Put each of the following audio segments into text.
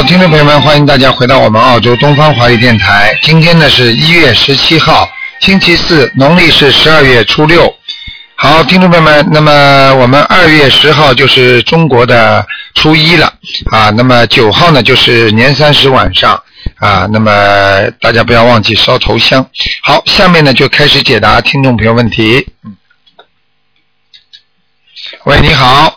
听众朋友们，欢迎大家回到我们澳洲东方华语电台。今天呢是1月17号，星期四，农历是12月初6。好，听众朋友们，那么我们2月10号就是中国的初一了啊，那么9号呢就是年30晚上啊，那么大家不要忘记烧头香。好，下面呢就开始解答听众朋友问题。喂，你好。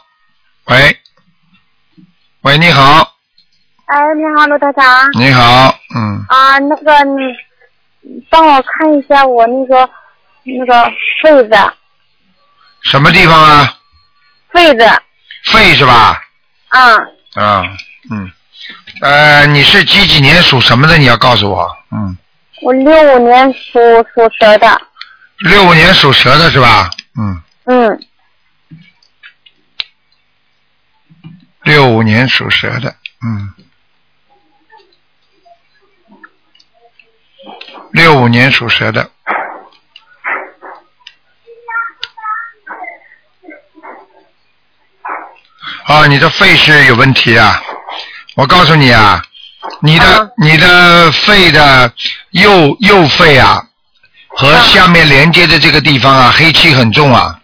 喂，你好。 哎，你好，罗台长。 你好， 那个你帮我看一下我那个肺子。 什么地方啊？ 肺子。 肺是吧？你是几年属什么的？你要告诉我。 我65年属蛇的。 65年属蛇的是吧？65年属蛇的，65年属蛇的。你的肺是有问题啊！我告诉你啊，你的肺的右肺啊，和下面连接的这个地方啊，黑气很重啊。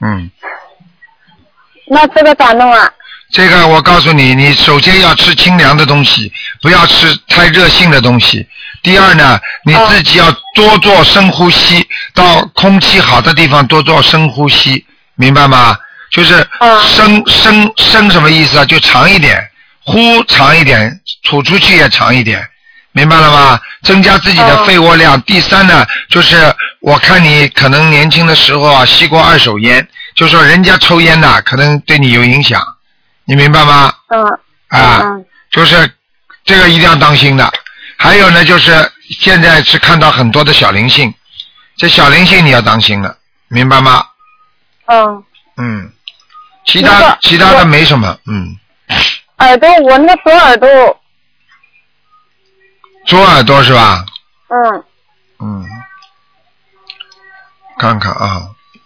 那这个咋弄啊？ 这个我告诉你，你首先要吃清凉的东西，不要吃太热性的东西。第二呢，你自己要多做深呼吸，到空气好的地方多做深呼吸，明白吗？就是深什么意思啊？就长一点，呼长一点，吐出去也长一点，明白了吗？增加自己的肺活量。第三呢，就是我看你可能年轻的时候啊，吸过二手烟，就说人家抽烟呐，可能对你有影响。你明白吗？就是这个一定要当心的。还有呢，就是现在是看到很多的小灵性，这小灵性你要当心了，明白吗？其他的没什么。 耳朵，我那左耳朵。 左耳朵是吧？看看啊。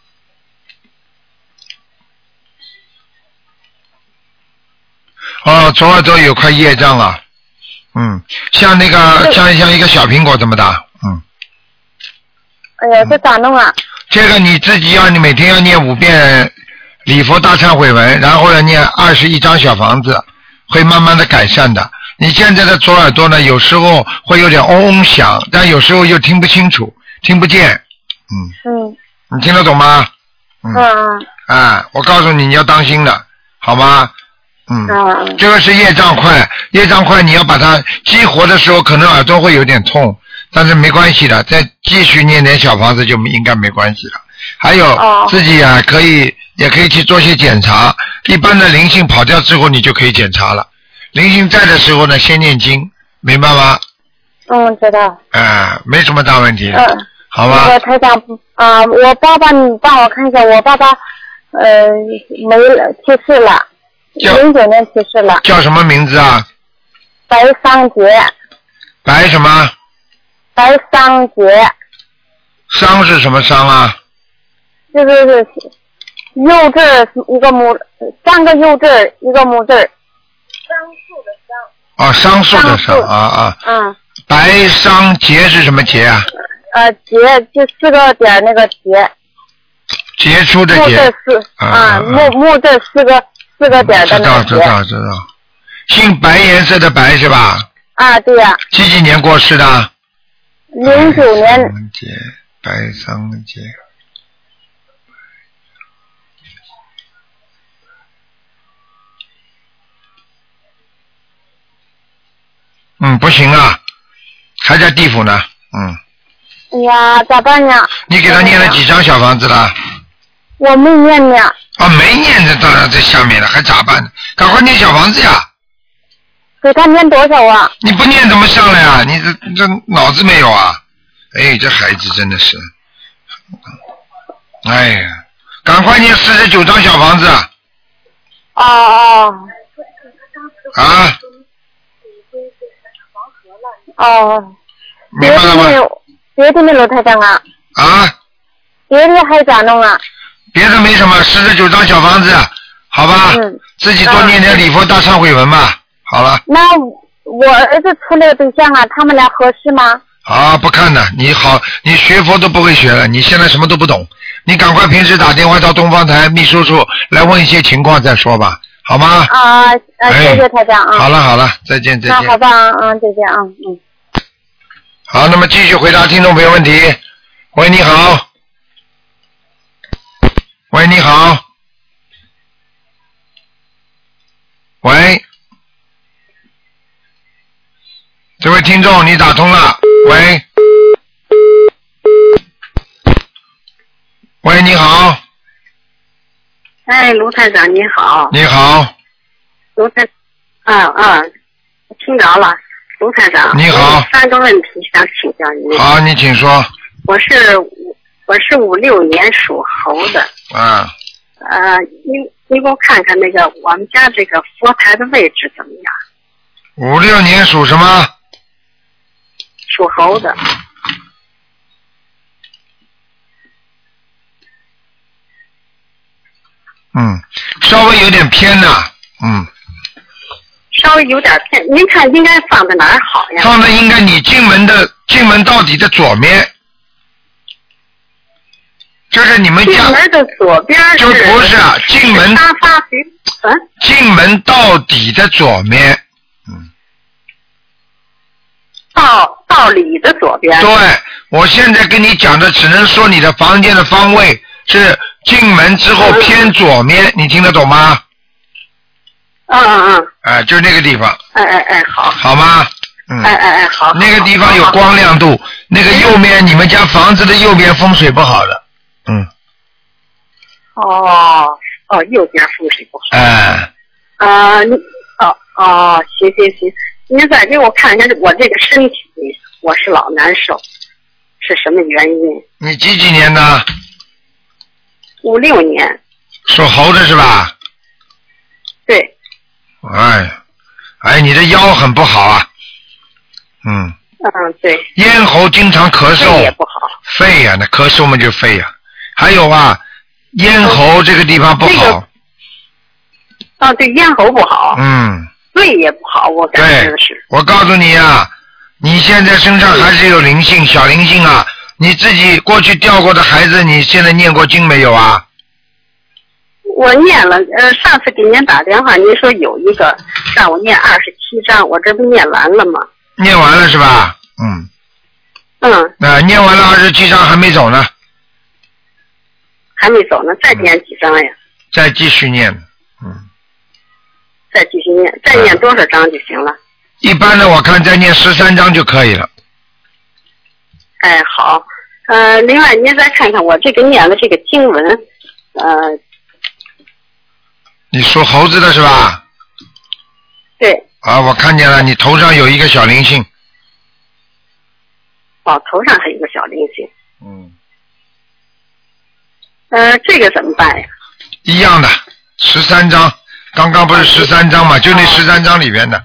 左耳朵有块业障啊，像那个像一个小苹果这么大， 哎呀，这咋弄啊？ 这个你自己你每天要念5遍礼佛大忏悔文，然后要念21张小房子，会慢慢的改善的。你现在的左耳朵呢，有时候会有点嗡嗡响，但有时候又听不清楚，听不见，你听得懂吗？我告诉你，你要当心的，好吗？这个是业障块，业障块你要把它激活的时候，可能耳朵会有点痛，但是没关系的，再继续念点小房子就应该没关系了。还有自己也可以去做些检查，一般的灵性跑掉之后你就可以检查了，灵性在的时候呢先念经，明白吗？ 知道。 没什么大问题。好吧。 那个台长我爸爸你帮我看一下，我爸爸没了，去世了。09年去世了。 叫什么名字啊？ 白桑杰。 白什么？ 白桑杰。 桑是什么桑啊？ 就是右字一个木，3个右字一个木字。 桑树的桑。白桑杰是什么杰啊？ 杰就4个点那个杰。 杰出的杰。 木字4个点的那个。 知道。姓白颜色的白是吧？ 对呀。 几年过世的 ？09年。 白桑杰。不行啊，还在地府呢。 哎呀，咋办呀？ 你给他念了几张小房子了？ 我没念呢。 没念的当然在下面了，还咋办呢？赶快念小房子呀！ 给他念多少啊？ 你不念怎么上来啊？你这脑子没有啊？这孩子真的是，赶快念49张小房子。明白了吗？ 别的没有台长啊。别的还咋弄啊？ 别的没什么，49张小房子，好吧？自己多念点礼佛大忏悔文吧。好了。 那我儿子处了个对象啊，他们俩合适吗？ 啊，不看的，你好，你学佛都不会学了，你现在什么都不懂，你赶快平时打电话到东方台秘书处来问一些情况再说吧，好吗？ 谢谢台长啊。 好了，再见。 那好吧，再见啊， 好，那么继续回答听众朋友问题。喂，你好。喂，你好。喂，这位听众，你打通了。喂，喂，你好。 哎，卢台长你好。 你好。 卢台，听着了，卢台长。 你好。 我有3个问题想请教您。 好，你请说。 我是56年属猴的。你给我看看那个我们家这个佛台的位置怎么样 ？56年属什么？ 属猴的。 稍微有点偏呐， 稍微有点偏，您看应该放在哪儿好呀？ 放在应该你进门到底的左面，就是你们家进门的左边就不是进门沙发进门到底的左面， 到里的左边。 对，我现在跟你讲的只能说你的房间的方位是进门之后偏左面，你听得懂吗？就是那个地方。 好。 好吗？ 好。 那个地方有光亮度，那个右面你们家房子的右边风水不好的。 右边风水不好。行，您再给我看看我这个身体，我是老难受，是什么原因？ 你几年的 ？56年。 属猴的是吧？ 对。 你的腰很不好啊。 对。 咽喉经常咳嗽。 肺也不好。 肺呀，那咳嗽嘛就肺呀。还有啊，咽喉这个地方不好。 对，咽喉不好。肺也不好，我感觉是。 我告诉你啊，你现在身上还是有灵性，小灵性啊。你自己过去掉过的孩子，你现在念过经没有啊？ 我念了，上次给您打电话，您说有一个让我念27章，我这不念完了吗？ 念完了是吧？念完了27章还没走呢。 还没走呢，再念几章呀？ 再继续念。 再继续念，再念多少章就行了？ 一般的我看再念13章就可以了。 好。另外您再看看我这个念的这个经文， 你属猴子的是吧？ 对。 我看见了，你头上有一个小灵性。 头上还有一个小灵性。这个怎么办呀？ 一样的，13章，刚刚不是13章嘛，就那13章里边的。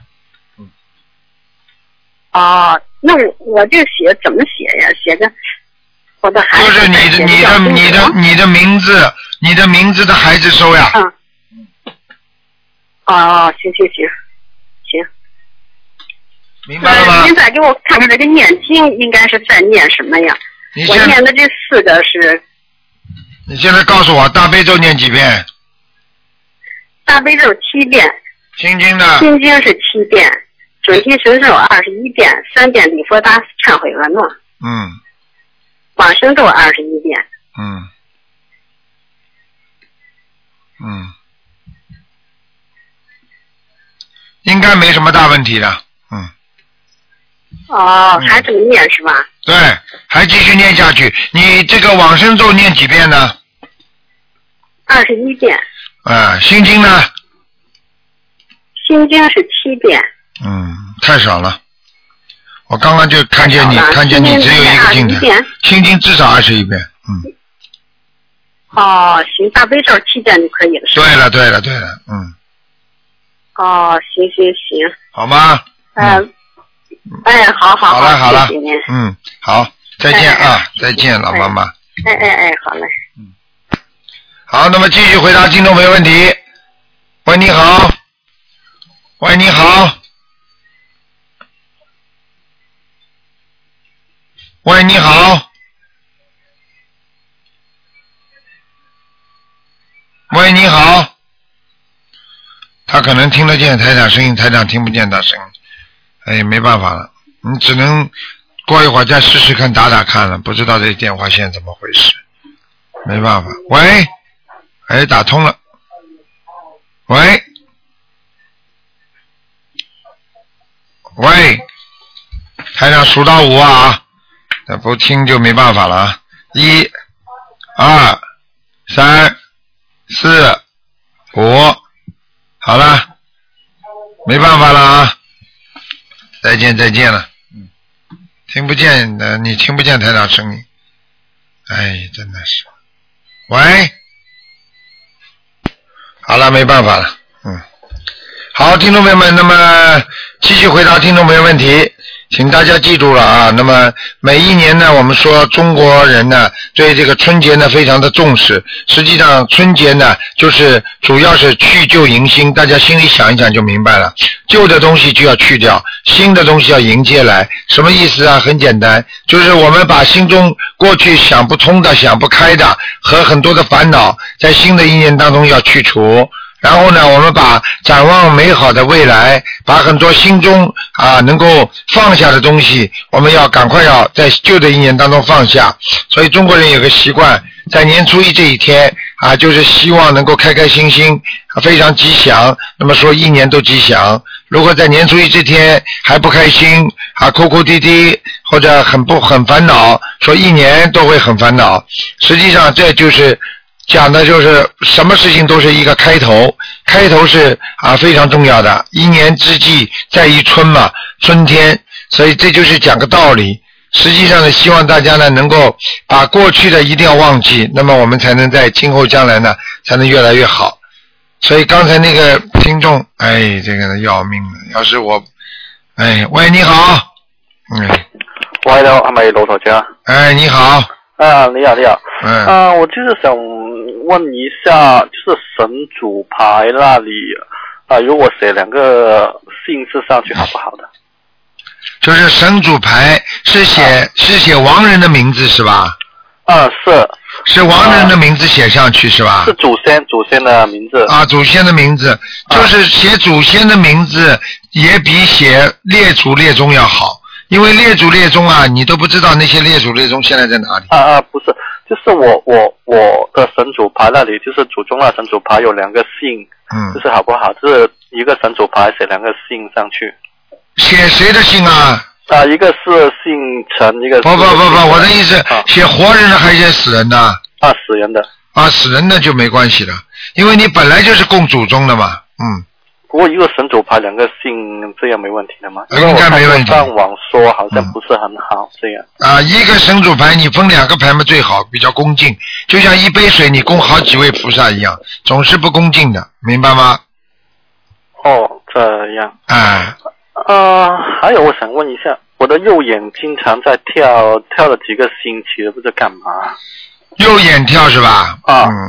那我就怎么写呀？写个我的孩子。 就是你的名字，你的名字的孩子收呀。行。明白了吗？ 您再给我看看这个念经应该是在念什么呀？我念的这4个是。 你现在告诉我，大悲咒念几遍？ 大悲咒7遍。 心经呢？ 心经是7遍，准提神咒21遍，3遍礼佛大忏悔文嘛。往生咒21遍。 应该没什么大问题的。 还这么念是吧？ 对，还继续念下去。你这个往生咒念几遍呢 ？21遍。 心经呢？ 心经是7遍。 太少了。我刚刚就看见你只有一个经的。心经至少21遍。 行，大悲咒7遍就可以了。 对了。 行。 好吗？ 好。 好了。 谢谢您。 好，再见啊，再见，老妈妈。 好嘞。 好，那么继续回答听众朋友问题。喂，你好。 喂，你好。喂，你好。他可能听得见台长声音，台长听不见他声音。哎，没办法了，你只能过一会儿再试试看，打看了，不知道这电话线怎么回事，没办法。喂，哎，打通了。喂，喂，台长数到5啊，不听就没办法了。1、2、3、4、5，好了，没办法了啊。再见了。听不见你听不见台长声音，哎，真的是。喂，好了，没办法了。好，听众朋友们，那么继续回答听众朋友问题，请大家记住了啊。那么每一年呢，我们说中国人呢对这个春节呢非常的重视。实际上春节呢就是主要是去旧迎新，大家心里想一想就明白了。旧的东西就要去掉，新的东西要迎接来。什么意思啊？很简单，就是我们把心中过去想不通的、想不开的和很多的烦恼，在新的一年当中要去除。然后呢，我们把展望美好的未来，把很多心中能够放下的东西，我们要赶快要在旧的一年当中放下。所以中国人有个习惯，在年初一这一天就是希望能够开开心心，非常吉祥。那么说一年都吉祥。如果在年初一这天还不开心哭哭啼啼，或者很烦恼，说一年都会很烦恼。实际上这就是讲的就是什么事情都是一个开头，开头是非常重要的。一年之计在于春嘛，春天，所以这就是讲个道理。实际上呢，希望大家呢能够把过去的一定要忘记，那么我们才能在今后将来呢才能越来越好。所以刚才那个听众，这个要命了，要是我，喂，你好， 喂，係咪老頭家？ 你好。 你好。我就是想问一下，就是神主牌那里如果写2个姓氏上去好不好的？ 就是神主牌是写亡人的名字是吧？是亡人的名字写上去是吧？ 是祖先的名字。 祖先的名字，就是写祖先的名字也比写列祖列宗要好。因为列祖列宗你都不知道那些列祖列宗现在在哪里。 不是，就是我的神主牌那里，就是祖宗的神主牌有2个姓，就是好不好？就是一个神主牌写2个姓上去。 写谁的姓一个是姓陈，一个是不，我的意思，写活人的还是写死人的？ 死人的。 死人的就没关系了，因为你本来就是供祖宗的嘛。 不过一个神主牌2个姓，这样没问题的吗？ 应该没问题。 上网说好像不是很好，这样。 一个神主牌你分2个牌嘛最好，比较恭敬，就像一杯水你供好几位菩萨一样，总是不恭敬的，明白吗？ 这样。还有我想问一下，我的右眼经常在跳了几个星期了，不知道干嘛。 右眼跳是吧？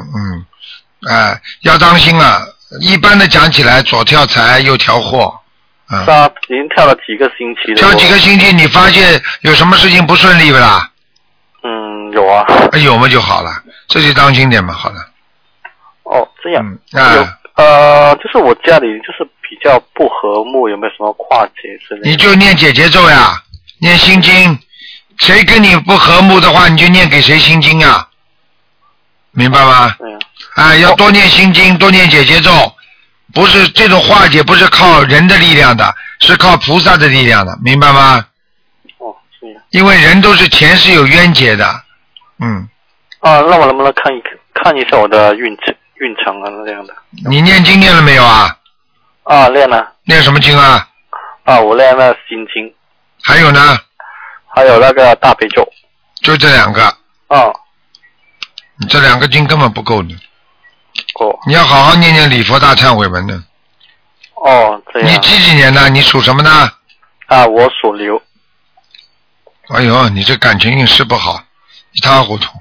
要当心了。一般的讲起来，左跳财，右跳祸。 已经跳了几个星期了。 跳几个星期，你发现有什么事情不顺利不啦？ 有啊。 有嘛就好了，这就当心点嘛，好了。 这样。就是我家里就是比较不和睦，有没有什么化解之类的？ 你就念姐姐咒呀，念心经。谁跟你不和睦的话，你就念给谁心经啊？明白吗？要多念心经，多念姐姐咒，不是这种化解，不是靠人的力量的，是靠菩萨的力量的，明白吗？ 是呀。 因为人都是前世有冤结的。 那我能不能看一下我的运程这样的？ 你念经念了没有啊？ 练了。 念什么经啊？ 我练了心经。 还有呢？ 还有那个大悲咒。 就这2个。你这2个经根本不够的。你要好好念念礼佛大忏悔文的。 这样。 你几年的？你属什么的？ 我属牛。 哎呦，你这感情运势不好，一塌糊涂。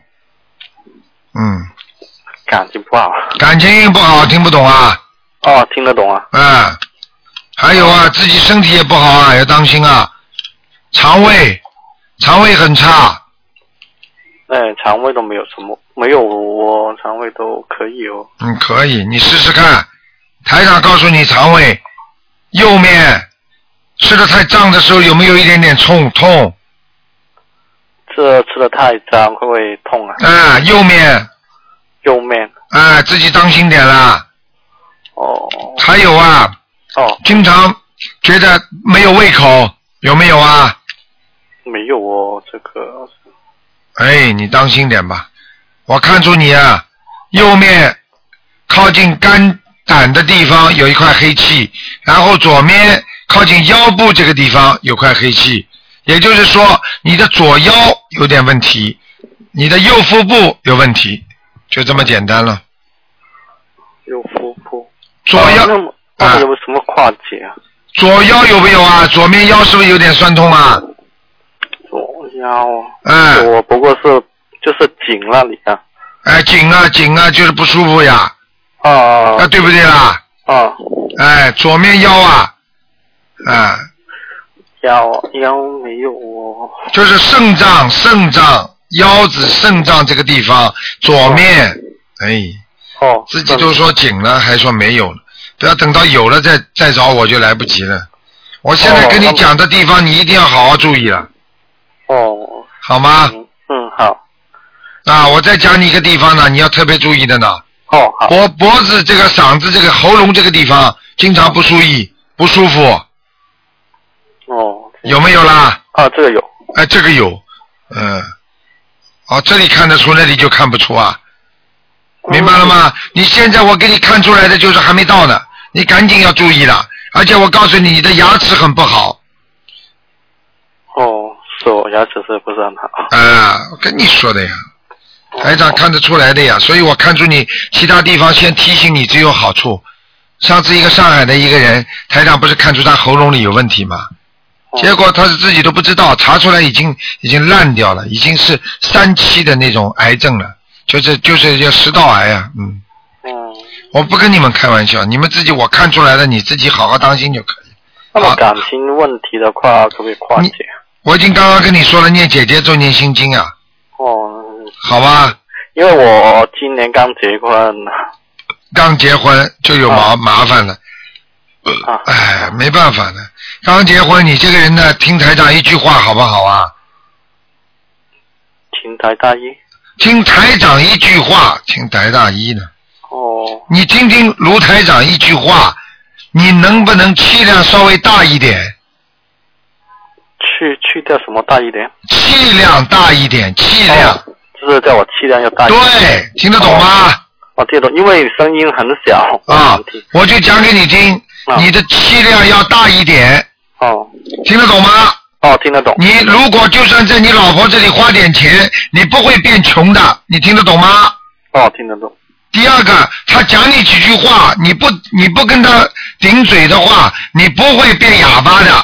感情不好。 感情运不好，听不懂啊？ 听得懂啊。 还有自己身体也不好要当心肠胃肠胃很差。 肠胃都没有什么，没有我肠胃都可以哦。 可以，你试试看。台长告诉你，肠胃右面吃的太胀的时候有没有一点点痛？ 这吃的太脏会不会痛啊？ 右面。自己当心点啦。还有啊。经常觉得没有胃口，有没有啊？ 没有哦，这个。 你当心点吧。我看出你啊，右面靠近肝胆的地方有一块黑气，然后左面靠近腰部这个地方有块黑气，也就是说你的左腰有点问题，你的右腹部有问题，就这么简单了。 右腹部。 左腰。 那有什么跨节啊？ 左腰有没有啊？左面腰是不是有点酸痛啊？ 左腰。我不过是就是颈那里啊。 颈啊，就是不舒服呀。对不对啦？左面腰啊。 腰没有哦。 就是肾脏、腰子、肾脏这个地方，左面。自己都说颈了，还说没有了。不要等到有了再找我就来不及了。我现在跟你讲的地方，你一定要好好注意了。好吗？好。我再讲你一个地方呢，你要特别注意的呢。 好。 脖子这个、嗓子这个、喉咙这个地方经常不舒服。有没有啦？ 这个有。 这个有。这里看得出，那里就看不出啊。明白了吗？你现在我给你看出来的就是还没到呢，你赶紧要注意了。而且我告诉你，你的牙齿很不好。 是我牙齿是不是很好？ 我跟你说的呀，台长看得出来的呀，所以我看出你其他地方先提醒你只有好处。上次一个上海的一个人，台长不是看出他喉咙里有问题吗？结果他是自己都不知道，查出来已经烂掉了，已经是3期的那种癌症了。就是叫食道癌啊。我不跟你们开玩笑，你们自己我看出来的，你自己好好当心就可以。 那么感情问题的话，可不可以化解？ 我已经刚刚跟你说了，念姐姐咒，念心经啊。好吧。 因为我今年刚结婚就有麻烦了。没办法的，刚结婚你这个人呢，听台长一句话好不好啊？ 听台大医。 听台长一句话，听台大医呢。你听听卢台长一句话，你能不能气量稍微大一点？ 去掉什么大一点？ 气量大一点，气量。 就是叫我气量要大一点。 对，听得懂吗？ 听得懂，因为声音很小。 我就讲给你听，你的气量要大一点。听得懂吗？ 听得懂。 你如果就算在你老婆这里花点钱，你不会变穷的，你听得懂吗？ 听得懂。 第二个，他讲你几句话，你不跟他顶嘴的话，你不会变哑巴的。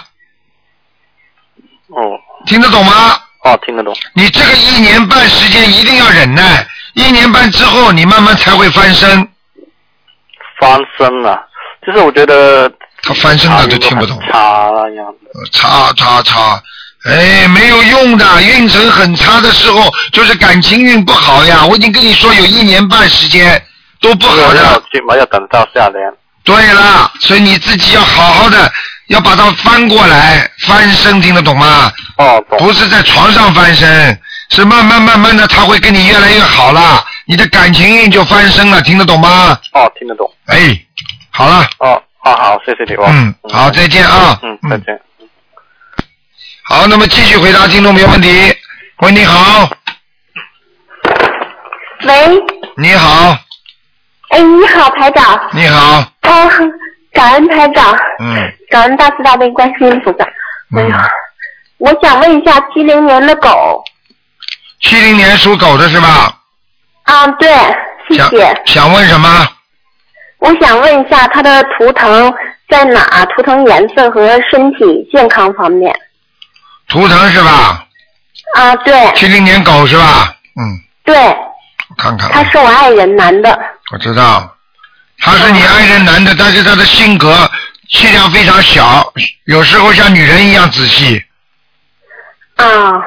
听得懂吗？ 听得懂。 你这个1年半时间一定要忍耐，1年半之后你慢慢才会翻身。 翻身啊，就是我觉得他翻身的都听不懂。 差那样子。 差，没有用的，运程很差的时候，就是感情运不好呀。我已经跟你说有1年半时间都不好的。 要等到下年。对了，所以你自己要好好的，要把它翻过来，翻身，听得懂吗？ 懂。 不是在床上翻身，是慢慢的，他会跟你越来越好了，你的感情运就翻身了，听得懂吗？ 听得懂。 好了。 好，谢谢你。 好，再见啊。 再见。 好，那么继续回答听众没问题。喂，你好。 喂。 你好。 你好，台长。 你好。 感恩台长。感恩大慈大悲观世音菩萨。我想问一下70年的狗。 70年属狗的是吧？ 对，谢谢。 想问什么？ 我想问一下它的图腾在哪？图腾颜色和身体健康方面。 图腾是吧？ 对。 70年狗是吧？ 对。 我看看。 他是我爱人，男的。 我知道，他是你爱人男的，但是他的性格气量非常小，有时候像女人一样仔细。 啊。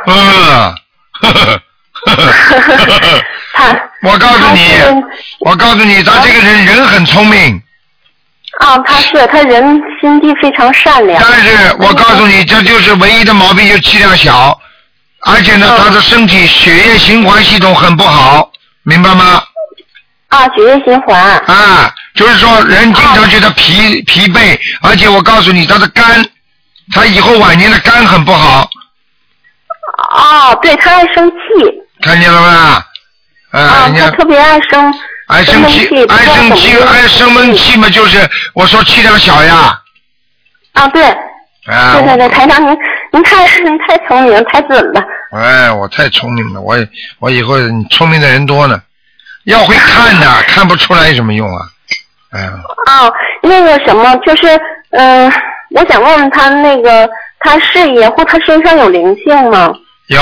我告诉你，他这个人很聪明。 啊，他人心地非常善良。 但是我告诉你，这就是唯一的毛病，就气量小，而且呢，他的身体血液循环系统很不好，明白吗？ 啊，血液循环。 啊，就是说人经常觉得疲惫，而且我告诉你，他的肝，他以后晚年的肝很不好。 啊，对，他爱生气。看见了吗？ 他特别爱生。 爱生气，爱生闷气嘛，就是我说气量小呀。 啊，对。对，台长您太聪明，太准了。 哎，我太聪明了，我以后聪明的人多呢，要会看的，看不出来有什么用啊？哎呀。 啊，那个什么，就是我想问问他那个他事业或他身上有灵性吗？ 有。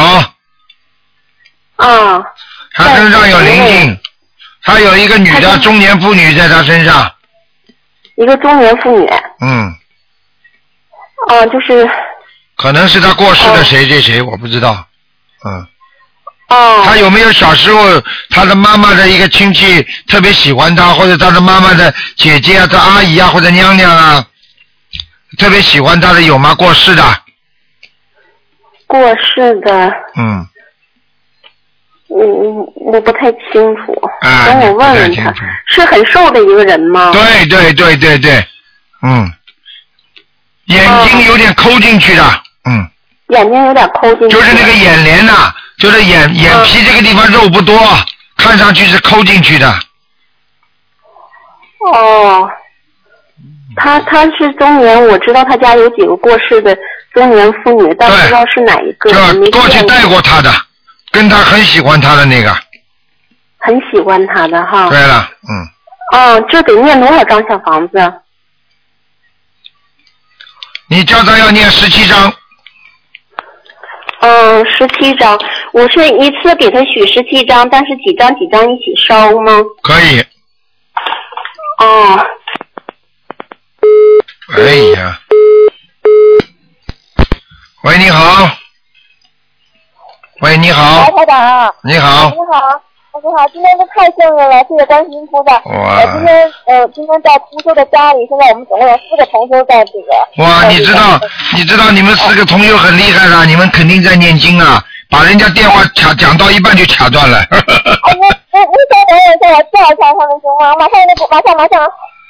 啊。 他身上有灵性。他有一个女的中年妇女在他身上。 一个中年妇女。就是可能是他过世的谁我不知道。他有没有小时候他的妈妈的一个亲戚特别喜欢他，或者他的妈妈的姐姐啊，他阿姨啊，或者娘娘啊特别喜欢他的有吗？过世的。 我不太清楚。等我问问他，是很瘦的一个人吗？ 对。眼睛有点抠进去的。 眼睛有点抠进去。 就是那个眼帘呐，就是眼皮这个地方肉不多，看上去是抠进去的。 哦。他是中年，我知道他家有几个过世的中年妇女，但不知道是哪一个。 就过去带过他的。跟他很喜欢他的那个， 很喜欢他的哈。 对了， 这得念多少张小房子？ 你叫他要念17张。 17张，我是一次给他许17张，但是几张一起烧吗？ 可以。哎呀，喂，你好。喂，你好。 台长。 你好。 你好，今天是太幸运了，谢谢观世音菩萨。今天在同修的家里，现在我们总共有4个同修在这个。 哇，你知道你们4个同修很厉害的，你们肯定在念经啊，把人家电话讲到一半就卡断了。 您稍等一下，我叫一下他们行吗？马上。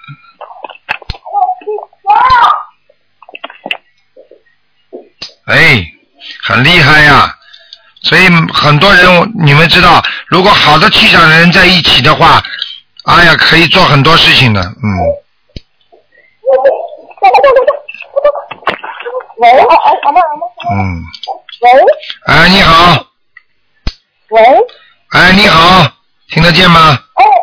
哎，很厉害呀。所以很多人你们知道，如果好的气场的人在一起的话，哎呀，可以做很多事情的。 喂， 哎，你好。 喂。 哎，你好，听得见吗？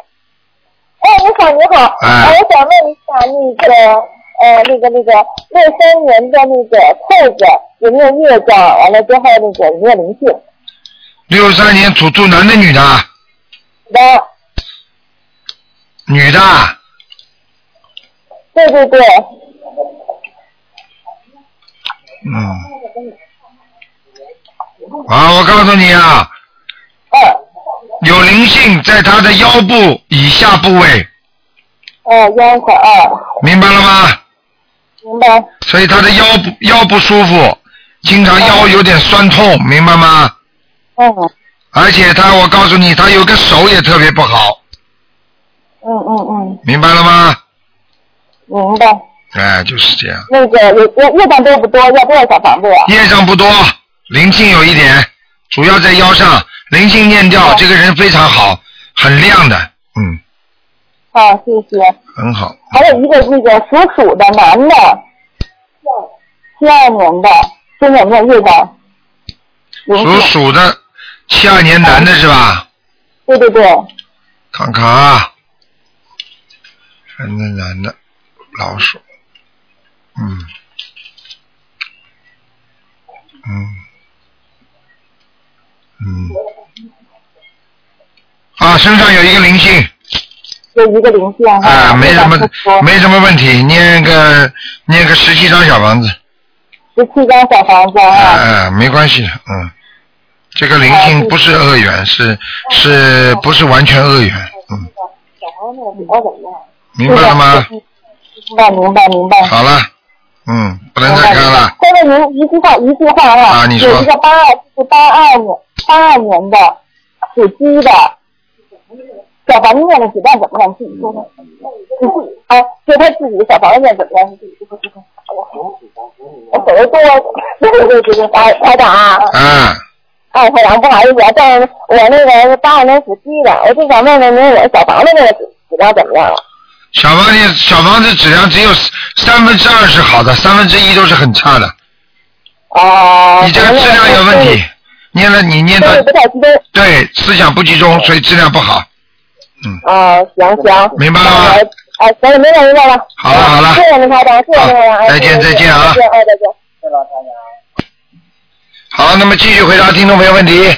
你好。我想问一下那个63年的那个兔子有没有业障？完了之后那个有没有灵性 ？63年属猪，男的女的？女的。 对。 我告诉你啊。有灵性在他的腰部以下部位。 腰块明白了吗？ 明白。 所以他的腰不舒服，经常腰有点酸痛，明白吗？而且我告诉你，他有个手也特别不好。明白了吗？ 明白。 哎，就是这样。 那个业障多不多？要多少小房子呀？ 业障不多，灵性有一点，主要在腰上，灵性念掉，这个人非常好，很亮的。 好，谢谢。 很好。 还有一个那个属鼠的男的，72年的，现在没有业障。 属鼠的72年男的是吧？ 对。 看看啊，男的，老鼠。身上有一个灵性。 有一个灵性没什么问题，念个17张小房子。 17张小房子啊。 没关系的，这个灵性不是恶缘，是不是完全恶缘？明白了吗？ 明白。 好了，不能再看了。 再问您一句话啊， 你说。 有一个82年的属鸡的，小房子念的质量怎么样？自己说说。就他自己的小房子念怎么样？我手的多，对，台长啊。台长不好意思啊，但是我那个82年属鸡的，我就想问问您，我小房子那个质量怎么样了？ 小房子质量只有2/3是好的，1/3都是很差的。你这个质量有问题，你念的对思想不集中，所以质量不好。 行， 明白了吗？ 行，明白了。 好了， 谢谢您台长，谢谢您台长。 再见啊！ 再见。 好，那么继续回答听众朋友问题。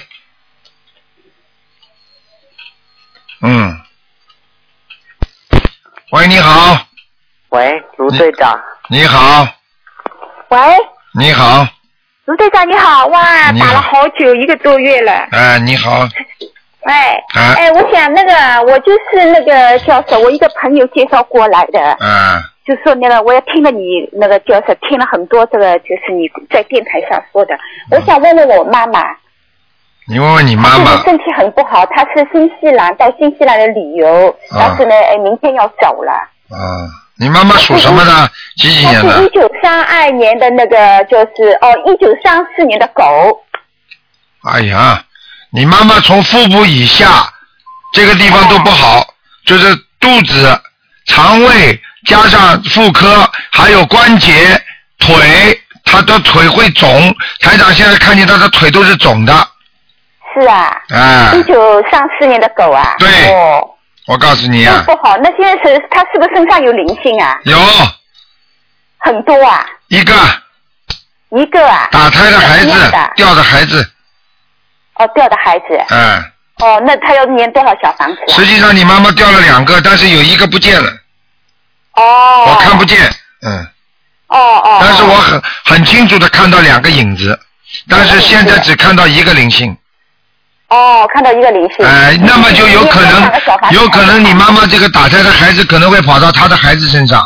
喂，你好。 喂，卢队长。 你好。 喂。 你好。 卢队长你好，哇，打了好久，1个多月了。 你好。 我想我就是叫什么，我一个朋友介绍过来的。就说我也听了你叫什么，听了很多就是你在电台上说的。我想问问我妈妈。 你问问你妈妈。 她身体很不好，她是到新西兰的旅游，但是明天要走了。 你妈妈属什么的？几年的？ 她是1932年的就是1934年的狗。 哎呀，你妈妈从腹部以下这个地方都不好，就是肚子、肠胃加上妇科，还有关节、腿，她的腿会肿。台长现在看见她的腿都是肿的。 是啊。1934年的狗啊。 对。我告诉你啊。 不好，那现在它是不是身上有灵性啊？ 有。 很多啊。 一个啊。 打胎的孩子，掉的孩子。 掉的孩子。那他要念多少小房子？ 实际上你妈妈掉了2个，但是有1个不见了。我看不见。但是我很清楚的看到2个影子，但是现在只看到1个灵性。 看到1个灵性。 那么就有可能你妈妈这个打胎的孩子可能会跑到她的孩子身上。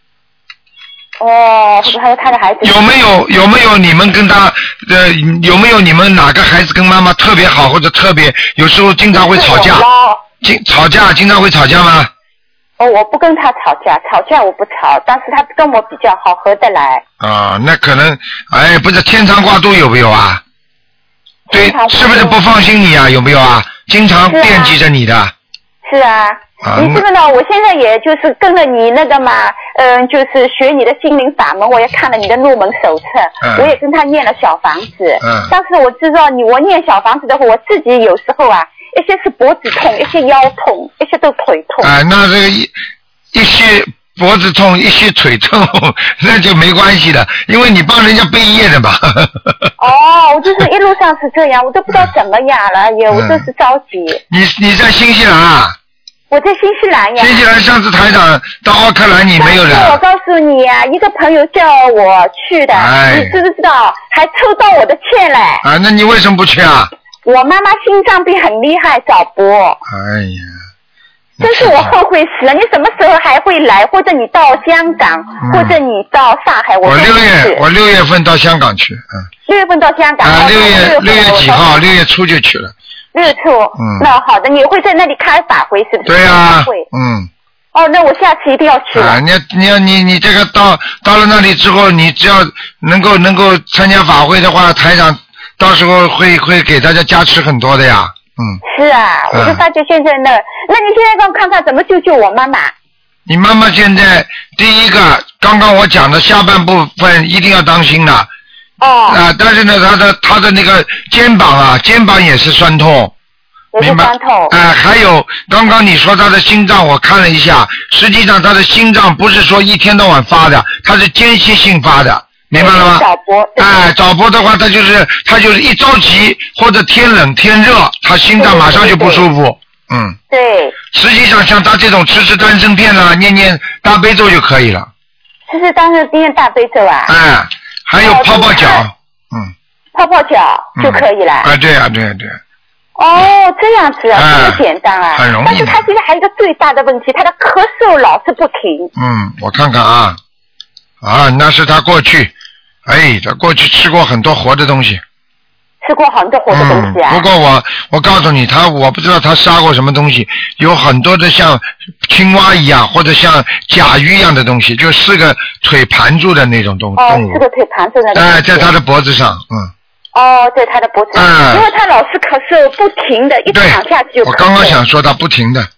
还有他的孩子。 有没有你们跟他有没有你们哪个孩子跟妈妈特别好，或者特别有时候经常会吵架？经常会吵架吗？ 我不跟他吵架我不吵，但是他跟我比较好，合得来。 那可能不是天长挂肚有没有啊？对，是不是不放心你啊？有没有啊？经常惦记着你的。 是啊。你知不知道？我现在也就是跟着你就是学你的心灵法门，我也看了你的入门手册，我也跟他念了小房子。但是我知道我念小房子的话，我自己有时候啊，一些是脖子痛，一些腰痛，一些都腿痛。 那这个一些脖子痛，一些腿痛，那就没关系的，因为你帮人家背业的嘛。 我就是一路上是这样，我都不知道怎么样了，我就是着急。 你在新西兰啊？ 我在新西兰呀。 新西兰上次台长到奥克兰你没有人。 我告诉你啊，一个朋友叫我去的，你知不知道？还抽到我的签嘞。 那你为什么不去啊？ 我妈妈心脏病很厉害，早搏。 哎呀。 真是我后悔死了！你什么时候还会来？或者你到香港，或者你到上海？我 6月份到香港去。 6月份到香港。 6月几号？6月初就去了。 6月初。那好的，你会在那里开法会是不是？ 对啊。 会。那我下次一定要去了。 你这个到了那里之后，你只要能够参加法会的话，台长到时候会给大家加持很多的呀。 是啊，我就发觉现在那你现在给我看看怎么救我妈妈。 你妈妈现在第一个，刚刚我讲的下半部分一定要当心的。但是呢，她的那个肩膀也是酸痛。 明白。酸痛。 还有刚刚你说她的心脏，我看了一下，实际上她的心脏不是说一天到晚发的，它是间歇性发的。明白了吗？早搏的话，他就是一着急或者天冷天热，他心脏马上就不舒服。 对。 实际上像他这种吃丹参片啦，念大悲咒就可以了。 吃丹参念大悲咒啊。 还有泡泡脚， 泡泡脚就可以了。 啊，对啊。 哦，这样子啊，这么简单啊， 很容易。 但是他现在还有一个最大的问题，他的咳嗽老是不停。 我看看啊，那是他过去，他过去吃过很多活的东西。 吃过很多活的东西啊。 不过我告诉你，我不知道他杀过什么东西，有很多的像青蛙一样或者像甲鱼一样的东西，就4个腿盘住的那种动物。 4个腿盘住的。 在他的脖子上， 在他的脖子上，因为他老是咳嗽，不停的，一躺下去就咳嗽。 我刚刚想说他不停的，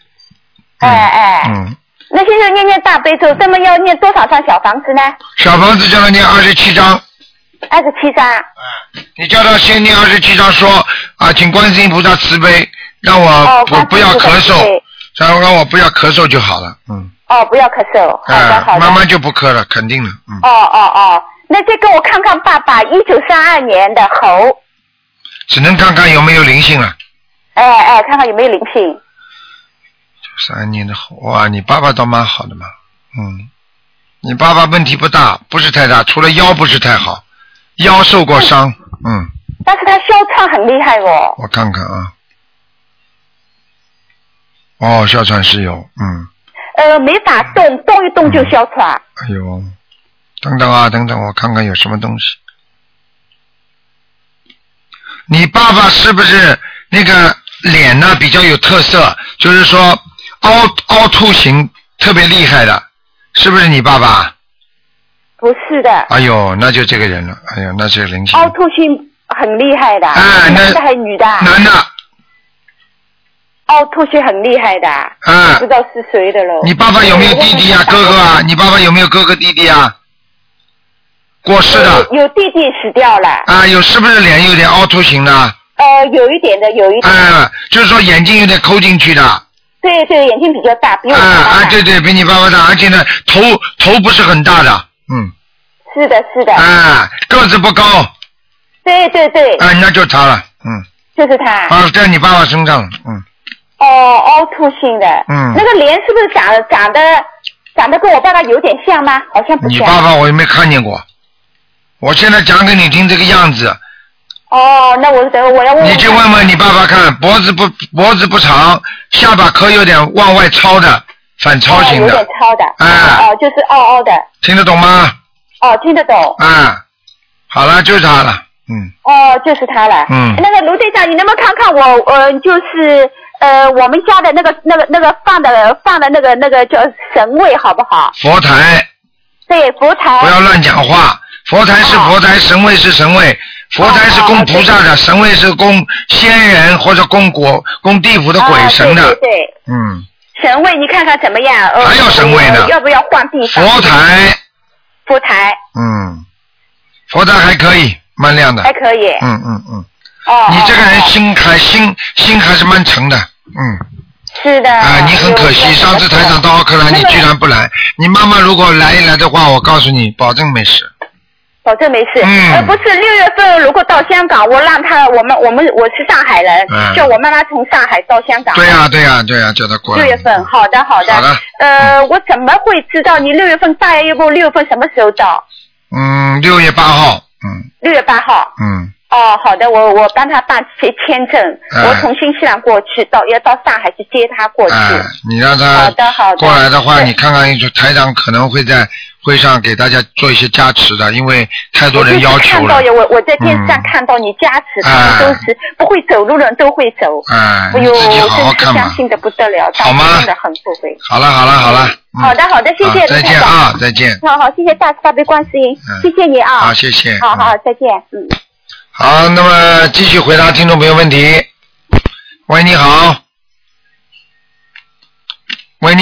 那现在念大悲咒，这么要念多少张小房子呢？ 小房子叫他念27张。 27张。 你叫他先念27张，说请观世音菩萨慈悲，让我不要咳嗽，让我不要咳嗽就好了。 不要咳嗽。好的。 慢慢就不咳了，肯定的。 那再给我看看爸爸1932年的猴。 只能看看有没有灵性了。 看看有没有灵性。 1932年的猴，哇，你爸爸倒蛮好的嘛。你爸爸问题不大，不是太大，除了腰不是太好，腰受过伤。 但是他哮喘很厉害哦。 我看看啊。哮喘是有。 没法动一动就哮喘。 哎呦。等等，我看看有什么东西。你爸爸是不是那个脸呢比较有特色，就是说凹凸型特别厉害的，是不是你爸爸？ 不是的。 哎呦，那就这个人了。哎呦，那是灵性。 凹凸型很厉害的。男的还是女的？ 男的。 凹凸型很厉害的。不知道是谁的了。 你爸爸有没有弟弟啊？哥哥啊？你爸爸有没有哥哥弟弟啊？过世的。 有弟弟死掉了。 是不是脸有点凹凸型的？ 有一点的。 就是说眼睛有点抠进去的。 对，眼睛比较大，比我大。 对，比你爸爸大，而且呢，头不是很大的。 是的。 个子不高。 对。 那就他了。 就是他。 在你爸爸身上。 凹凸性的。那个脸是不是长得跟我爸爸有点像吗？好像不像。 你爸爸我也没看见过。我现在讲给你听这个样子。 那我要问。 你去问问你爸爸看，脖子不长，下巴壳有点往外抄的，反抄型的。 有点抄的。就是凹的。 听得懂吗？ 听得懂。 好了，就是他了。 就是他了。那个卢队长，你能不能看看我就是我们家的那个放的那个叫神位好不好？ 佛台。 对，佛台。 不要乱讲话。佛台是佛台，神位是神位。佛台是供菩萨的，神位是供仙人或者供地府的鬼神的。 对。神位你看看怎么样？ 还有神位呢？ 要不要换地方？ 佛台。佛台还可以，蛮亮的。 还可以。 你这个人心还是蛮沉的。 是的。 你很可惜，上次台长到奥克兰你居然不来。你妈妈如果来的话，我告诉你，保证没事。 保证没事。不是6月份如果到香港，我让他我是上海人，叫我妈妈从上海到香港。 对呀，叫他过来。 6月份，好的。我怎么会知道你6月份大约要不6月份什么时候到 ？6月8号。 6月8号。好的，我帮他办签证，我从新西兰过去，要到上海去接他过去。 你让他过来的话，你看看台长可能会在会上给大家做一些加持的，因为太多人要求了。 我在电视上看到你加持，他们都是不会走路的人都会走。 你自己好好看嘛。 相信的不得了， 好吗？ 真的很后悔。 好了。 好的，谢谢。 再见啊，再见。 好，谢谢大慈大悲观世音，谢谢你啊。 好，谢谢。 好，再见。 好，那么继续回答听众朋友问题。喂，你好。喂。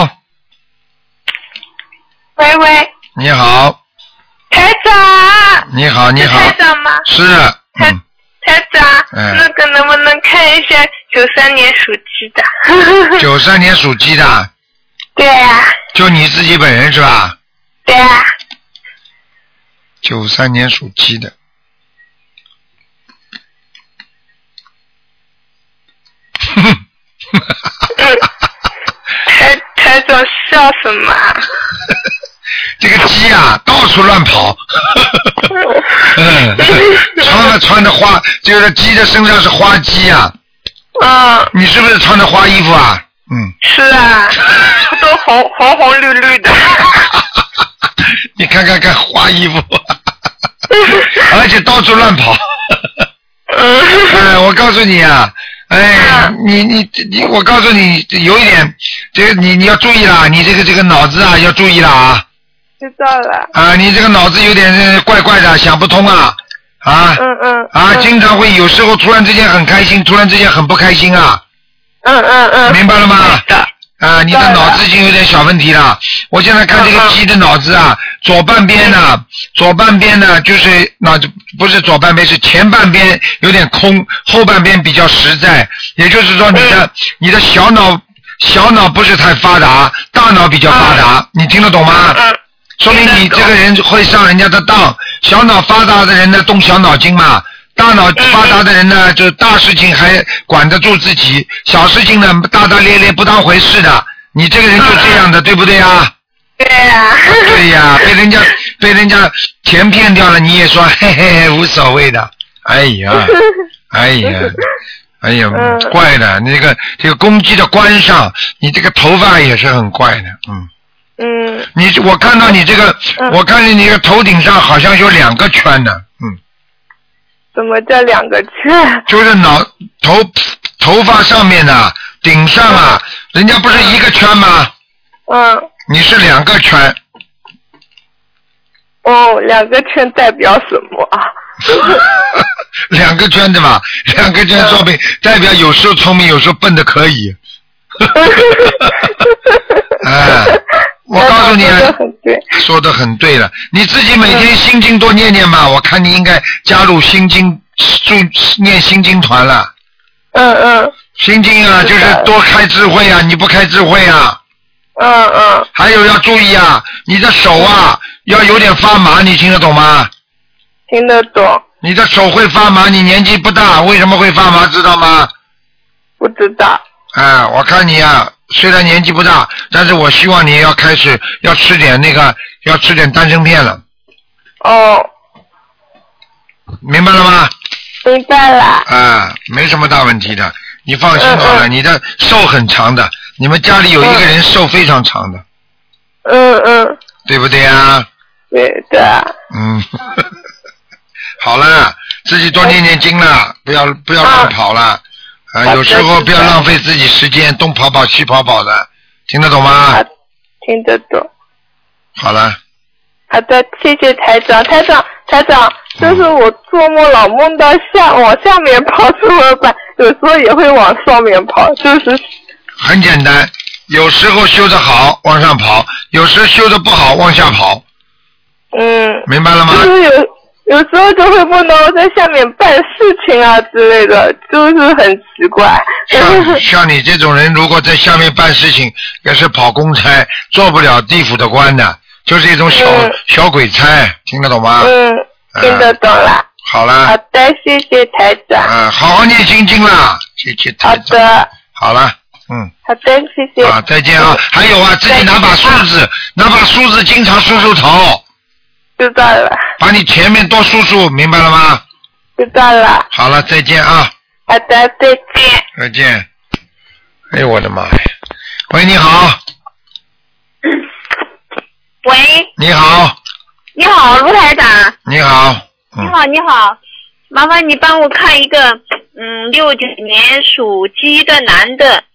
喂。 你好。 台长。 你好。 台长吗？ 是。 台长，那个能不能看一下93年属鸡的 ？93年属鸡的。 对呀。 就你自己本人是吧？ 对呀。 93年属鸡的。 台长笑什么这个鸡啊，到处乱跑。穿的花，这个鸡的身上是花鸡啊。你是不是穿的花衣服啊？ 是啊，都红绿绿的。 你看花衣服，而且到处乱跑。我告诉你啊，你，我告诉你，有一点，这个你要注意啦，你这个脑子啊要注意啦啊。 知道了。 你这个脑子有点怪怪的，想不通啊。经常会有时候突然之间很开心，突然之间很不开心啊。明白了吗？你的脑子已经有点小问题了。我现在看这个鸡的脑子啊，左半边呢就是脑子不是左半边，是前半边有点空，后半边比较实在。也就是说你的小脑不是太发达，大脑比较发达，你听得懂吗？说明你这个人会上人家的当。小脑发达的人呢，动小脑筋嘛。大脑发达的人呢，就大事情还管得住自己，小事情呢大大咧咧不当回事的。你这个人就这样的，对不对啊？ 对呀。 对呀，被人家钱骗掉了，你也说嘿嘿无所谓的。哎呀，怪的，你这个公鸡的冠上，你这个头发也是很怪的，我看到你这个，我看见你的头顶上好像有2个圈呢， 怎么叫2个圈？ 就是头发上面的顶上啊，人家不是1个圈吗？你是2个圈。 2个圈代表什么啊 ？2个圈对吧？2个圈说明代表有时候聪明，有时候笨的可以。我告诉你，说得很对了。你自己每天心经多念念嘛，我看你应该加入心经，念心经团了。心经啊，就是多开智慧啊，你不开智慧啊。还有要注意啊，你的手啊要有点发麻，你听得懂吗？ 听得懂。 你的手会发麻，你年纪不大，为什么会发麻知道吗？ 不知道。 我看你啊，虽然年纪不大，但是我希望你要开始要吃点要吃点丹参片了。明白了吗？ 明白了。 没什么大问题的，你放心好了，你的寿很长的，你们家里有一个人寿非常长的。对不对啊？ 对的。 好了，自己多念念经了，不要乱跑了。有时候不要浪费自己时间，东跑跑西跑跑的，听得懂吗？ 听得懂。 好了。 好的，谢谢台长。台长，就是我做梦老梦到往下面跑怎么办？有时候也会往上面跑，就是很简单，有时候修得好往上跑，有时候修得不好往下跑。明白了吗？ 就是有时候就会梦到我在下面办事情啊之类的，就是很奇怪。 像你这种人，如果在下面办事情，也是跑公差，做不了地府的官的，就是一种小鬼差，听得懂吗？ 听得懂了。 好了。 好的，谢谢台长。 好好念心经啦，谢谢台长。 好的。 好了， 好的，谢谢。 再见啊！还有啊，自己拿把梳子，经常梳头。 知道了。 把你前面多梳，明白了吗？ 知道了。 好了，再见啊。 好的，再见。 再见。哎呦我的妈呀！喂，你好。 喂。 你好。 你好，卢台长。 你好。 你好，麻烦你帮我看一个69年属鸡的男的。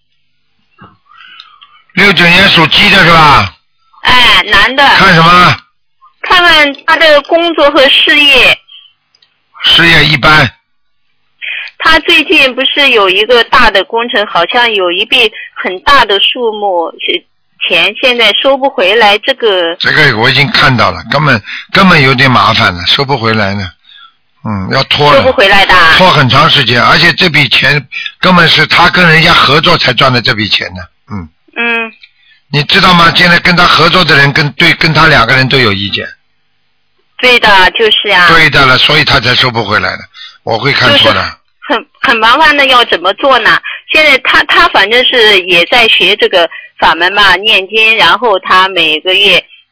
69年属鸡的是吧？ 哎，男的。 看什么？ 看看他的工作和事业。 事业一般。 他最近不是有一个大的工程，好像有一笔很大的数目钱现在收不回来，这个我已经看到了，根本有点麻烦了，收不回来呢。要拖了。收不回来的。 拖很长时间，而且这笔钱根本是他跟人家合作才赚的这笔钱呢。你知道吗？现在跟他合作的人跟他两个人都有意见。 对的，就是呀。 对的了，所以他才收不回来了。我会看错的。 很麻烦的，要怎么做呢？现在他反正是也在学这个法门嘛，念经，然后他每个月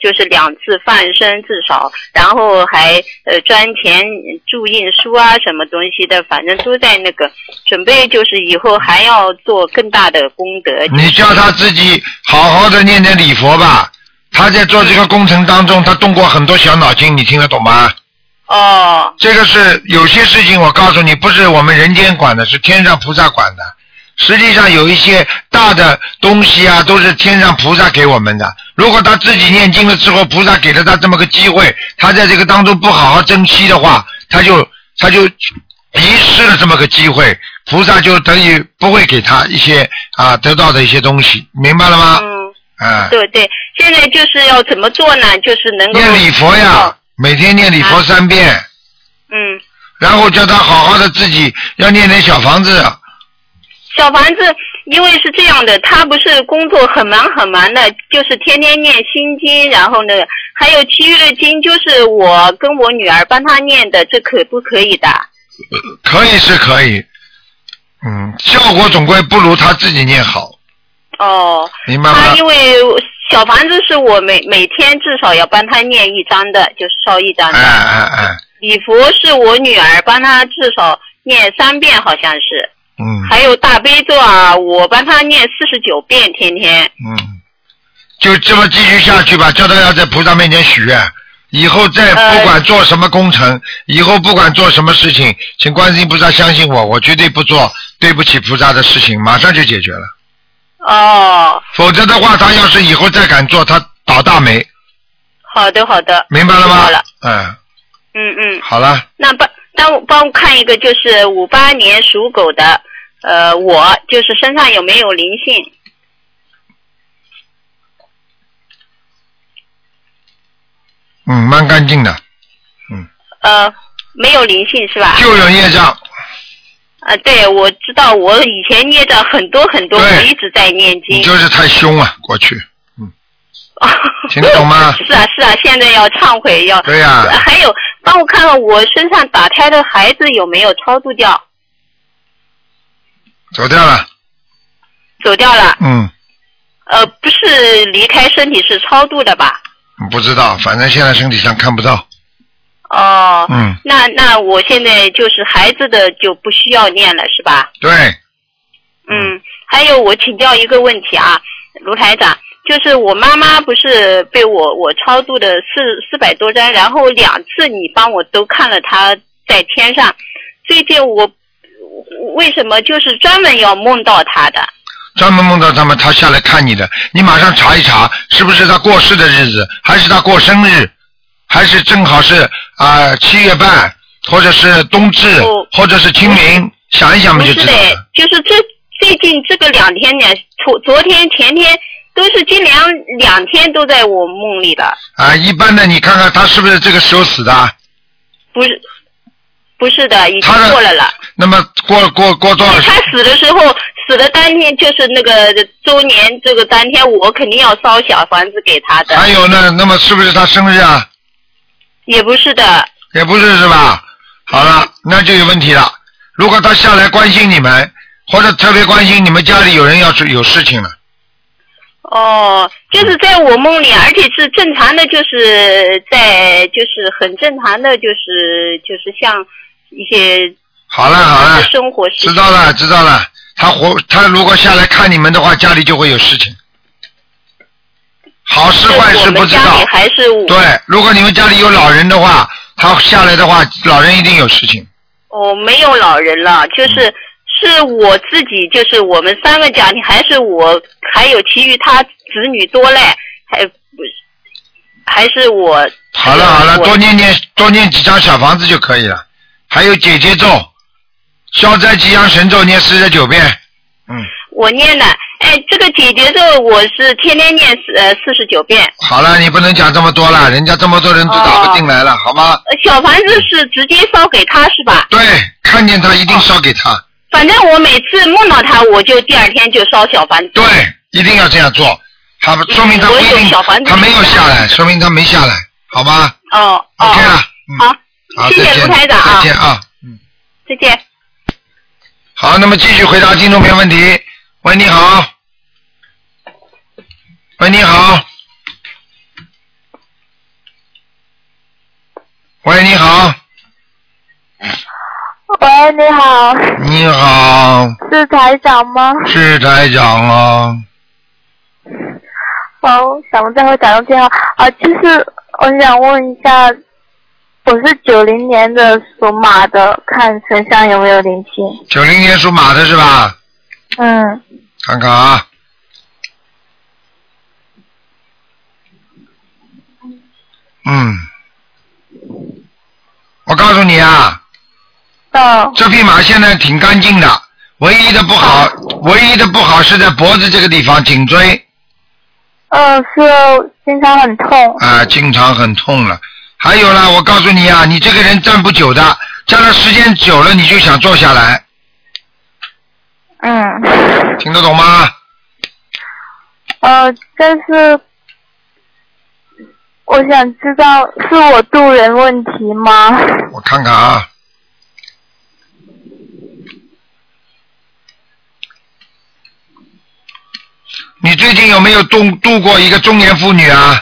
就是2次放生至少，然后还赚钱注印书啊什么东西的，反正都在那个准备，就是以后还要做更大的功德。 你叫他自己好好的念礼佛吧。他在做这个工程当中，他动过很多小脑筋，你听得懂吗？ 哦。 这个是有些事情，我告诉你，不是我们人间管的，是天上菩萨管的。实际上有一些大的东西啊，都是天上菩萨给我们的。如果他自己念经了之后，菩萨给了他这么个机会，他在这个当中不好好珍惜的话，他就遗失了这么个机会，菩萨就等于不会给他一些得到的一些东西，明白了吗？ 对对，现在就是要怎么做呢？就是能够念礼佛呀，每天念礼佛3遍。然后叫他好好的自己要念点小房子。 小房子，因为是这样的，他不是工作很忙的，就是天天念心经，然后呢，还有其余的经，就是我跟我女儿帮他念的，这可不可以的？ 可以是可以，效果总归不如他自己念好。 哦， 明白吗？ 他因为小房子是我每天至少要帮他念1张的，就是烧1张的。礼佛是我女儿帮他至少念3遍，好像是。还有大悲咒啊，我帮他念49遍，天天。 就这么继续下去吧，叫他要在菩萨面前许愿，以后再不管做什么工程，以后不管做什么事情，请观世音菩萨相信我，我绝对不做对不起菩萨的事情，马上就解决了。否则的话，他要是以后再敢做，他倒大霉。 好的， 明白了吗？好了。 那帮我看一个，就是58年属狗的，我就是身上有没有灵性？ 蛮干净的。 没有灵性是吧？ 就有业障。 对，我知道，我以前念的很多，我一直在念经。 你就是太凶啊，过去。听得懂吗？ 是啊，现在要忏悔，要。 对呀。 还有，帮我看看我身上打胎的孩子有没有超度掉？ 走掉了。 不是离开身体，是超度的吧？ 不知道，反正现在身体上看不到。 那我现在就是孩子的就不需要念了，是吧？ 对。 还有我请教一个问题啊，卢台长，就是我妈妈不是被我超度的400多张，然后2次你帮我都看了她在天上，最近我为什么就是专门要梦到她的？ 专门梦到他们，他下来看你的，你马上查一查，是不是他过世的日子，还是他过生日，还是正好是7月半，或者是冬至，或者是清明，想一想不就知道了。 不是的，就是最近这个2天呢，昨天前天都是今2天都在我梦里的。 一般的你看看他是不是这个时候死的？ 不是的，已经过了。 那么过多少？ 他死的时候，死的当天就是那个周年，这个当天我肯定要烧小房子给他的。 还有呢，那么是不是他生日啊？ 也不是的。 也不是是吧？好了，那就有问题了。如果他下来关心你们，或者特别关心你们家里有人有事情了。 就是在我梦里，而且是正常的，就是就是很正常的，就是像一些好了生活事情。 知道了。他如果下来看你们的话，家里就会有事情。好事坏事不知道。 我们家里还是对，如果你们家里有老人的话，他下来的话，老人一定有事情。 没有老人了，是我自己，就是我们3个家庭，还是我，还有其余他子女多嘞，还是我。 好了，多念几张小房子就可以了。还有姐姐咒，消灾吉祥神咒念49遍。 我念的，这个姐姐咒我是天天念49遍。 好了，你不能讲这么多了，人家这么多人都打不进来了，好吗？ 小房子是直接烧给他是吧？ 对，看见他一定烧给他。 反正我每次梦到他，我就第2天就烧小房子。 对，一定要这样做。说明他不一定，他没有下来，说明他没下来，好吗？OK 了。 好，谢谢卢台长啊。 再见啊。 再见。 好，那么继续回答听众朋友问题。喂，你好。喂，你好。 喂，你好。 喂，你好。 你好。 是台长吗？ 是台长啊。 想再会打通电话啊，就是我想问一下，我是90年的属马的，看身上有没有灵性。 90年属马的是吧？ 嗯。 看看啊。我告诉你啊。这匹马现在挺干净的，唯一的不好是在脖子这个地方，颈椎。 是经常很痛。 经常很痛了。还有了，我告诉你啊，你这个人站不久的，站的时间久了你就想坐下来。听得懂吗？ 但是我想知道是我渡人问题吗？ 我看看啊。你最近有没有度过一个中年妇女啊？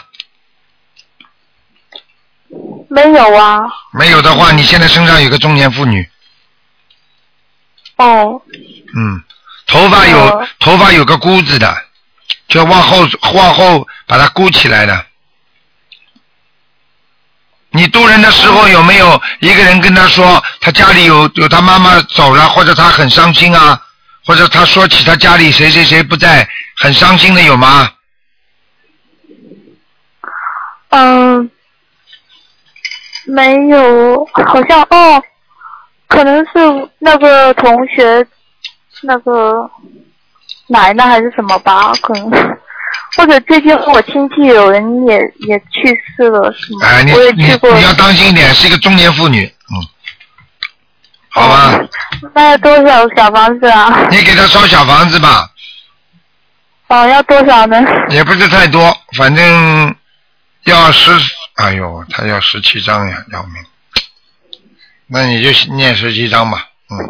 没有啊。 没有的话，你现在身上有个中年妇女。头发有个箍子的，就往后把它箍起来的。你渡人的时候有没有一个人跟他说他家里有他妈妈走了，或者他很伤心啊，或者他说起他家里谁谁谁不在很伤心的有吗？ 没有，好像可能是那个同学那个奶奶还是什么吧，可能或者最近我亲戚有人也去世了，是吗？我也去过。 你要当心一点，是一个中年妇女。好吧。 那要多少小房子啊？ 你给他烧小房子吧。 要多少呢？ 也不是太多，反正要哎呦，他要17张呀，要命。那你就念17张吧。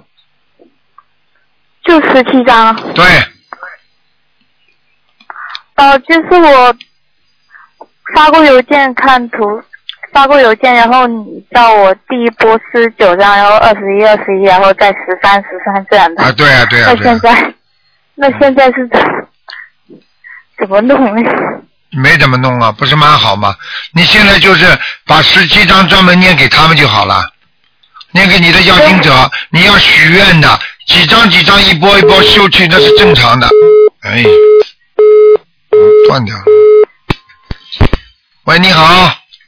就17张。 对。 就是我发过邮件看图，然后你叫我第一波19张，然后21，然后再13这样的。 对啊。 那现在是怎么弄呢？ 没怎么弄啊，不是蛮好吗？你现在就是把17张专门念给他们就好了，念给你的要经者，你要许愿的，几张一波一波修去，那是正常的。断掉了。喂，你好。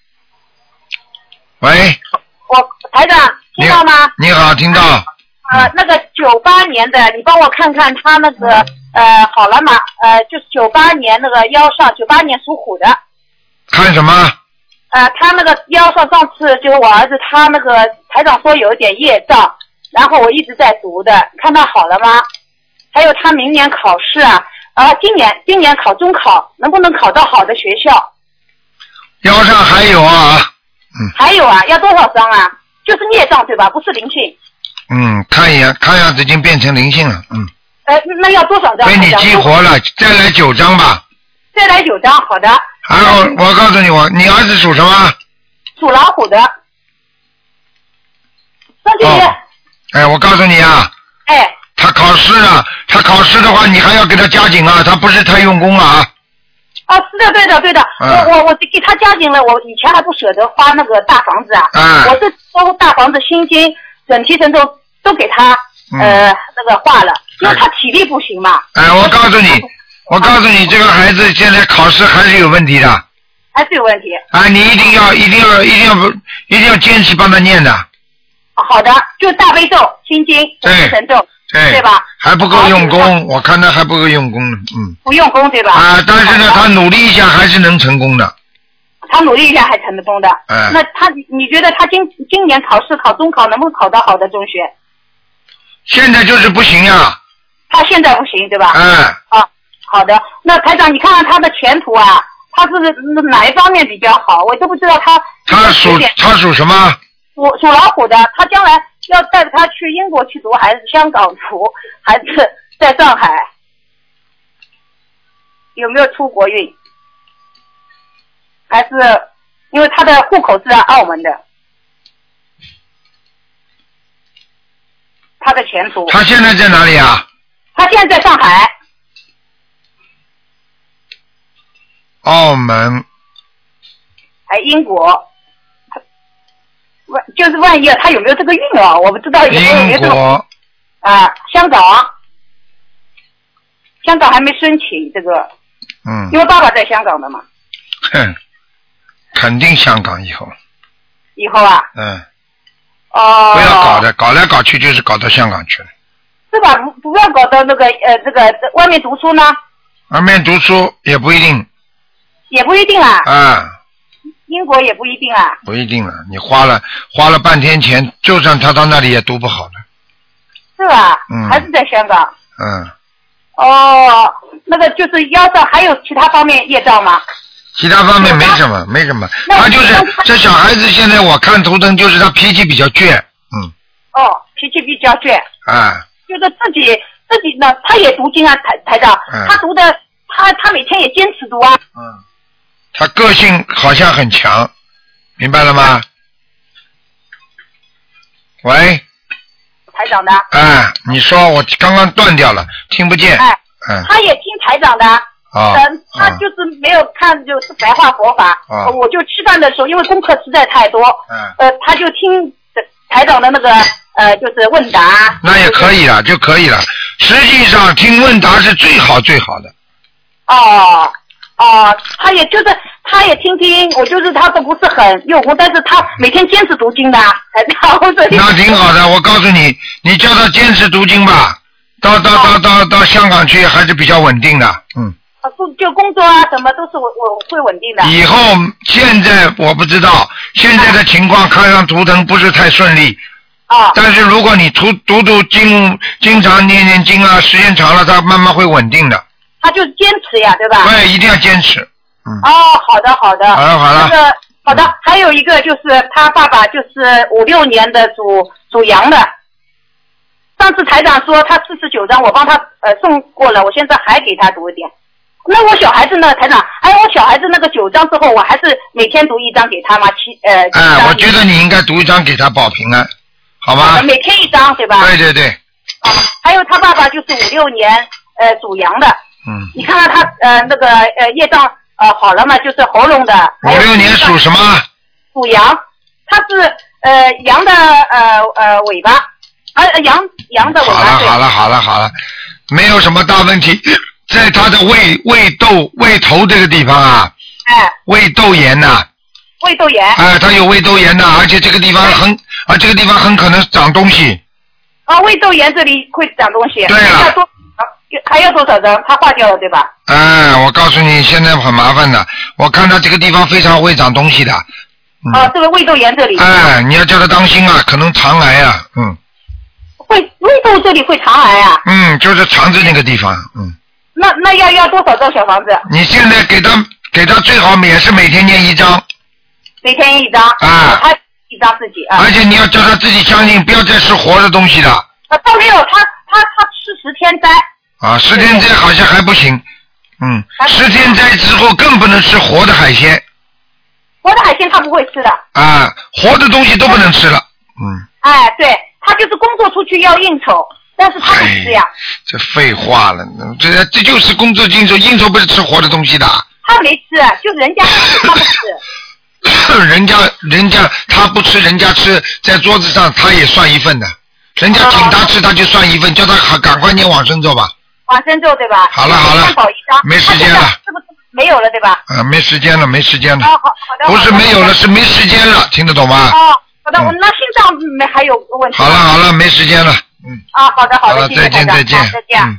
喂。 台长听到吗？ 你好，听到。 那个98年的，你帮我看看他那个好了吗？就是98年那个腰上，98年属虎的。 看什么？ 他那个腰上上次就是我儿子，他那个台长说有一点业障，然后我一直在读的，看他好了吗？还有他明年考试今年考中考能不能考到好的学校？ 腰上还有啊。 还有啊，要多少张啊？就是孽障对吧？不是灵性。 看一眼，看样子已经变成灵性了。 那要多少张？ 被你激活了，再来9张吧。 再来9张，好的。 还有，我告诉你，你儿子属什么？ 属老虎的。张姐姐。 我告诉你啊。他考试的话，你还要给他加紧啊，他不是太用功了啊。 是的，对的。我给他加紧了，我以前还不舍得花那个大房子啊。我这包大房子心经整提成都给他那个画了，因为他体力不行嘛。 我告诉你，这个孩子现在考试还是有问题的。 还是有问题。 你一定要坚持帮他念的。 好的，就大悲咒、心经、整提成咒。对吧？ 还不够用功，我看他还不够用功呢。 不用功对吧？ 但是呢，他努力一下还是能成功的。 他努力一下还成功的。那你觉得他今年考试考中考能不能考到好的中学？ 现在就是不行呀。 他现在不行对吧？好的。那台长，你看看他的前途啊，他是哪一方面比较好？我都不知道他。 他属什么？ 我属老虎的，他将来要带着他去英国去读，还是香港读，还是在上海？有没有出国运？还是因为他的户口是在澳门的？ 他的前途。 他现在在哪里啊？ 他现在在上海。 澳门。 英国。就是万一他有没有这个运啊？我不知道有没有这个。香港。香港还没申请这个。因为爸爸在香港的嘛。 肯定香港以后。 以后啊。 不要搞的，搞来搞去就是搞到香港去了。 是吧？不要搞到那个这个外面读书呢？ 外面读书也不一定。 也不一定啊。英国也不一定啊。 不一定了，你花了半天钱，就算他到那里也读不好的。 是吧？还是在香港。那个就是腰上还有其他方面业障吗？ 其他方面没什么，没什么。他就是这小孩子，现在我看图腾就是他脾气比较倔。 脾气比较倔。就是自己呢，他也读经啊，台长。他读的，他每天也坚持读啊。 他个性好像很强，明白了吗？喂。 台长的。 你说我刚刚断掉了，听不见。 他也听台长的。他就是没有看就是白话佛法。我就吃饭的时候，因为功课实在太多。他就听台长的那个就是问答。 那也可以了，就可以了。实际上听问答是最好最好的。 他也听听，我就是他都不是很用功，但是他每天坚持读经的， 那挺好的。我告诉你，你叫他坚持读经吧，到香港去还是比较稳定的。 就工作啊什么都是我会稳定的。 以后现在我不知道，现在的情况看上图腾不是太顺利。但是如果你读经，经常念经啊，时间长了，他慢慢会稳定的。 他就坚持呀，对吧？ 对，一定要坚持。 好的。好了。好的，还有一个就是他爸爸就是56年的属羊的。上次台长说他49张，我帮他送过了，我现在还给他读一点。那我小孩子呢，台长？我小孩子那个9张之后，我还是每天读1张给他吗？ 我觉得你应该读1张给他保平安，好吧？ 每天1张，对吧？ 对。 还有他爸爸就是56年属羊的。你看看他那个业障好了嘛？就是喉咙的。 56年属什么？ 属羊，他是羊的尾巴，羊的尾巴。 好了，没有什么大问题。在他的胃头这个地方啊，胃窦炎呐。 胃窦炎。 他有胃窦炎的，而且这个地方很可能长东西。 胃窦炎这里会长东西。 对了。 还要多少张？他化掉了，对吧？ 我告诉你，现在很麻烦的。我看他这个地方非常会长东西的。 这个胃窦炎这里。 你要叫他当心啊，可能肠癌啊。 胃窦这里会肠癌啊？ 就是肠子那个地方。 那要多少张小房子？ 你现在给他最好也是每天念1张。 每天1张。他1张自己。 而且你要叫他自己相信，不要再吃活的东西了。 倒没有，他吃10天斋。 10天斋好像还不行。10天斋之后更不能吃活的海鲜。 活的海鲜他不会吃的。 活的东西都不能吃了。 对，他就是工作出去要应酬。但是他不吃呀。 这废话了，这就是工作应酬，应酬不是吃活的东西的。 他没吃，就是人家吃，他不吃。 人家他不吃，人家吃，在桌子上他也算一份的。人家请他吃，他就算一份，叫他赶快念往生咒吧。 往生咒对吧？ 好了，没时间了。 是不是没有了对吧？ 没时间了。 好的。 不是没有了，是没时间了，听得懂吗？ 好的，那心脏还有个问题。 好了，没时间了。 好的， 再见。 再见。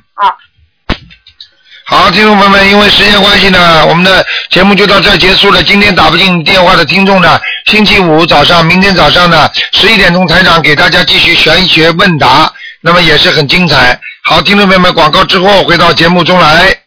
好，听众朋友们，因为时间关系呢，我们的节目就到这结束了。今天打不进电话的听众呢，星期五早上，明天早上呢11点钟台长给大家继续玄学问答，那么也是很精彩。好，听众朋友们，广告之后回到节目中来。